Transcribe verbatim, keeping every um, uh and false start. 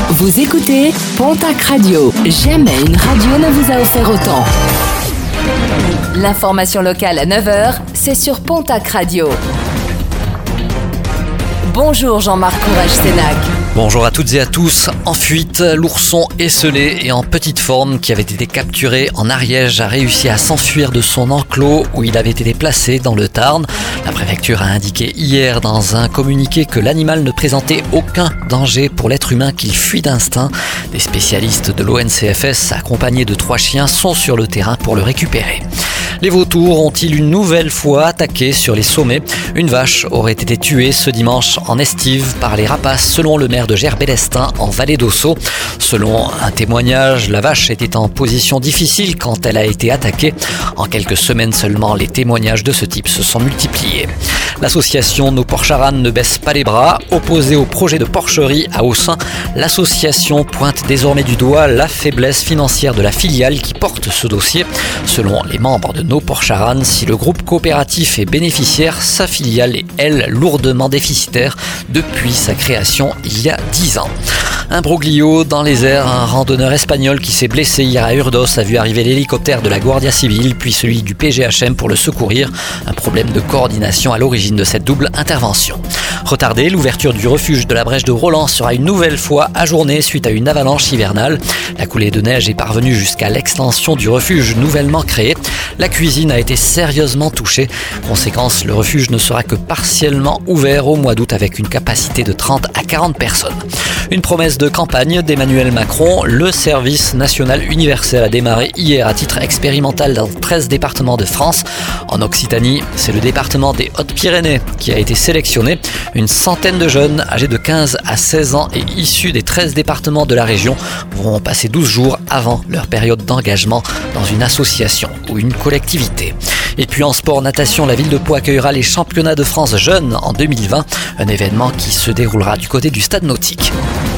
Vous écoutez Pontac Radio. Jamais une radio ne vous a offert autant. L'information locale à neuf heures, c'est sur Pontac Radio. Bonjour Jean-Marc Courage-Sénac. Bonjour à toutes et à tous. En fuite, l'ourson esselé et en petite forme qui avait été capturé en Ariège a réussi à s'enfuir de son enclos où il avait été placé dans le Tarn. La préfecture a indiqué hier dans un communiqué que l'animal ne présentait aucun danger pour l'être humain, qu'il fuit d'instinct. Des spécialistes de l'O N C F S accompagnés de trois chiens sont sur le terrain pour le récupérer. Les vautours ont-ils une nouvelle fois attaqué sur les sommets ? Une vache aurait été tuée ce dimanche en estive par les rapaces selon le maire de Gerbélestin en Vallée d'Ossau. Selon un témoignage, la vache était en position difficile quand elle a été attaquée. En quelques semaines seulement, les témoignages de ce type se sont multipliés. L'association Nos Porcharannes ne baisse pas les bras. Opposée au projet de porcherie à Haussin, l'association pointe désormais du doigt la faiblesse financière de la filiale qui porte ce dossier. Selon les membres de Nos Porcharannes, si le groupe coopératif est bénéficiaire, sa filiale est, elle, lourdement déficitaire depuis sa création il y a dix ans. Un broglio dans les airs, un randonneur espagnol qui s'est blessé hier à Urdos a vu arriver l'hélicoptère de la Guardia Civile puis celui du P G H M pour le secourir. Un problème de coordination à l'origine de cette double intervention. Retardée, l'ouverture du refuge de la Brèche de Roland sera une nouvelle fois ajournée suite à une avalanche hivernale. La coulée de neige est parvenue jusqu'à l'extension du refuge nouvellement créé. La cuisine a été sérieusement touchée. Conséquence, le refuge ne sera que partiellement ouvert au mois d'août avec une capacité de trente à quarante personnes. Une promesse de campagne d'Emmanuel Macron, le service national universel a démarré hier à titre expérimental dans treize départements de France. En Occitanie, c'est le département des Hautes-Pyrénées qui a été sélectionné. Une centaine de jeunes âgés de quinze à seize ans et issus des treize départements de la région vont passer douze jours avant leur période d'engagement dans une association ou une collectivité. Et puis en sport natation, la ville de Pau accueillera les championnats de France jeunes en deux mille vingt, un événement qui se déroulera du côté du stade nautique.